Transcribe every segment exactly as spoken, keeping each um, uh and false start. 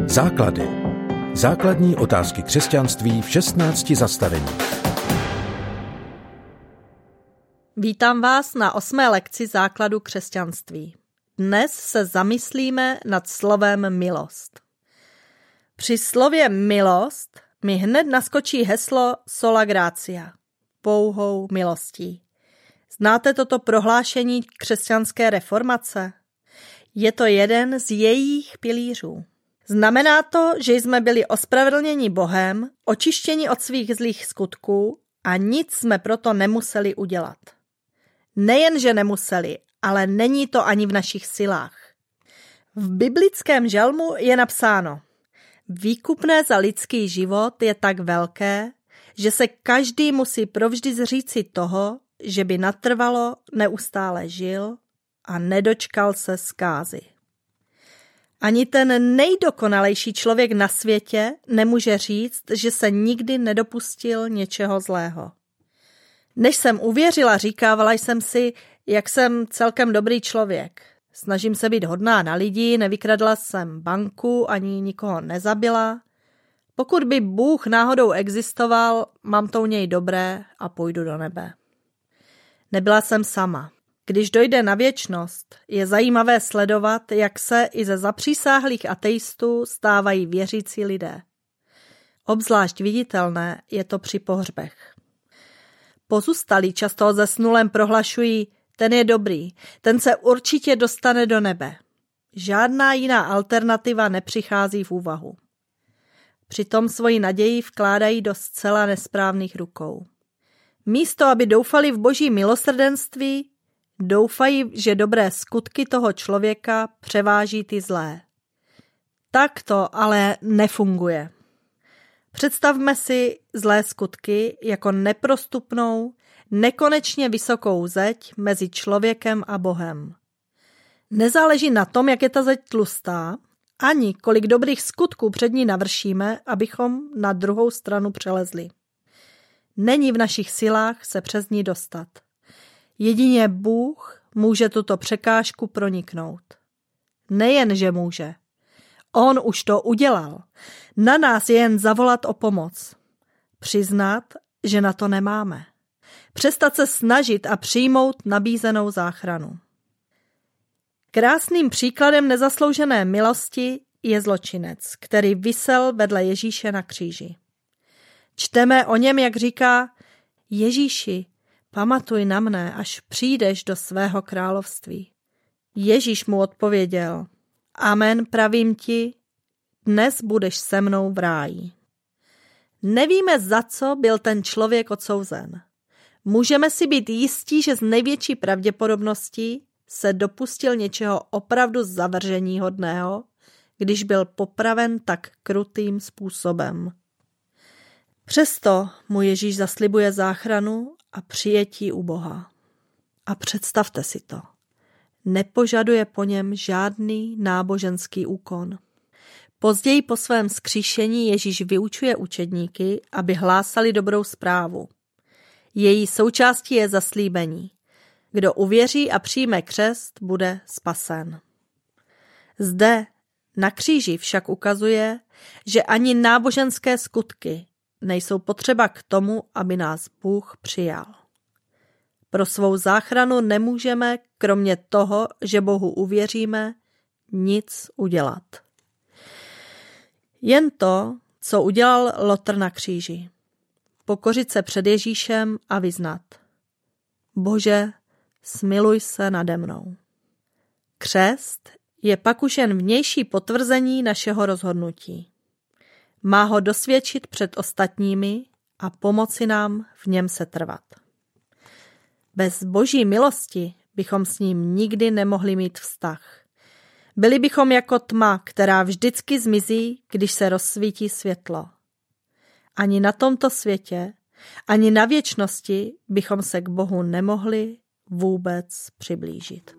Základy. Základní otázky křesťanství v šestnácti zastaveních. Vítám vás na osmé lekci základu křesťanství. Dnes se zamyslíme nad slovem milost. Při slově milost mi hned naskočí heslo sola gratia, pouhou milostí. Znáte toto prohlášení křesťanské reformace? Je to jeden z jejích pilířů. Znamená to, že jsme byli ospravedlněni Bohem, očištěni od svých zlých skutků a nic jsme proto nemuseli udělat. Nejen, že nemuseli, ale není to ani v našich silách. V biblickém žalmu je napsáno: výkupné za lidský život je tak velké, že se každý musí provždy zříci toho, že by natrvalo neustále žil a nedočkal se zkázy. Ani ten nejdokonalejší člověk na světě nemůže říct, že se nikdy nedopustil něčeho zlého. Než jsem uvěřila, říkávala jsem si, jak jsem celkem dobrý člověk. Snažím se být hodná na lidi, nevykradla jsem banku, ani nikoho nezabila. Pokud by Bůh náhodou existoval, mám to u něj dobré a půjdu do nebe. Nebyla jsem sama. Když dojde na věčnost, je zajímavé sledovat, jak se i ze zapřísáhlých ateistů stávají věřící lidé. Obzvlášť viditelné je to při pohřbech. Pozůstalí často zesnulém prohlašují: ten je dobrý, ten se určitě dostane do nebe. Žádná jiná alternativa nepřichází v úvahu. Přitom svoji naději vkládají do zcela nesprávných rukou. Místo, aby doufali v Boží milosrdenství, doufají, že dobré skutky toho člověka převáží ty zlé. Tak to ale nefunguje. Představme si zlé skutky jako neprostupnou, nekonečně vysokou zeď mezi člověkem a Bohem. Nezáleží na tom, jak je ta zeď tlustá, ani kolik dobrých skutků před ní navršíme, abychom na druhou stranu přelezli. Není v našich silách se přes ní dostat. Jedině Bůh může tuto překážku proniknout. Nejen, že může. On už to udělal. Na nás je jen zavolat o pomoc. Přiznat, že na to nemáme. Přestat se snažit a přijmout nabízenou záchranu. Krásným příkladem nezasloužené milosti je zločinec, který visel vedle Ježíše na kříži. Čteme o něm, jak říká: Ježíši, pamatuj na mne, až přijdeš do svého království. Ježíš mu odpověděl: Amen, pravím ti, dnes budeš se mnou v ráji. Nevíme, za co byl ten člověk odsouzen. Můžeme si být jistí, že z největší pravděpodobností se dopustil něčeho opravdu zavrženíhodného, když byl popraven tak krutým způsobem. Přesto mu Ježíš zaslibuje záchranu a přijetí u Boha. A představte si to. Nepožaduje po něm žádný náboženský úkon. Později po svém vzkříšení Ježíš vyučuje učedníky, aby hlásali dobrou zprávu. Její součástí je zaslíbení. Kdo uvěří a přijme křest, bude spasen. Zde na kříži však ukazuje, že ani náboženské skutky nejsou potřeba k tomu, aby nás Bůh přijal. Pro svou záchranu nemůžeme, kromě toho, že Bohu uvěříme, nic udělat. Jen to, co udělal Lotr na kříži. Pokořit se před Ježíšem a vyznat: Bože, smiluj se nade mnou. Křest je pak už jen vnější potvrzení našeho rozhodnutí. Má ho dosvědčit před ostatními a pomoci nám v něm setrvat. Bez Boží milosti bychom s ním nikdy nemohli mít vztah. Byli bychom jako tma, která vždycky zmizí, když se rozsvítí světlo. Ani na tomto světě, ani na věčnosti bychom se k Bohu nemohli vůbec přiblížit.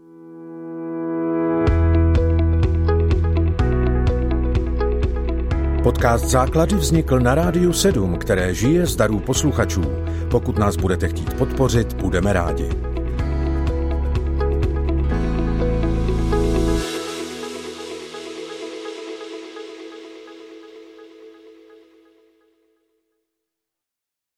Podcast Základy vznikl na Rádiu sedm, které žije z darů posluchačů. Pokud nás budete chtít podpořit, budeme rádi.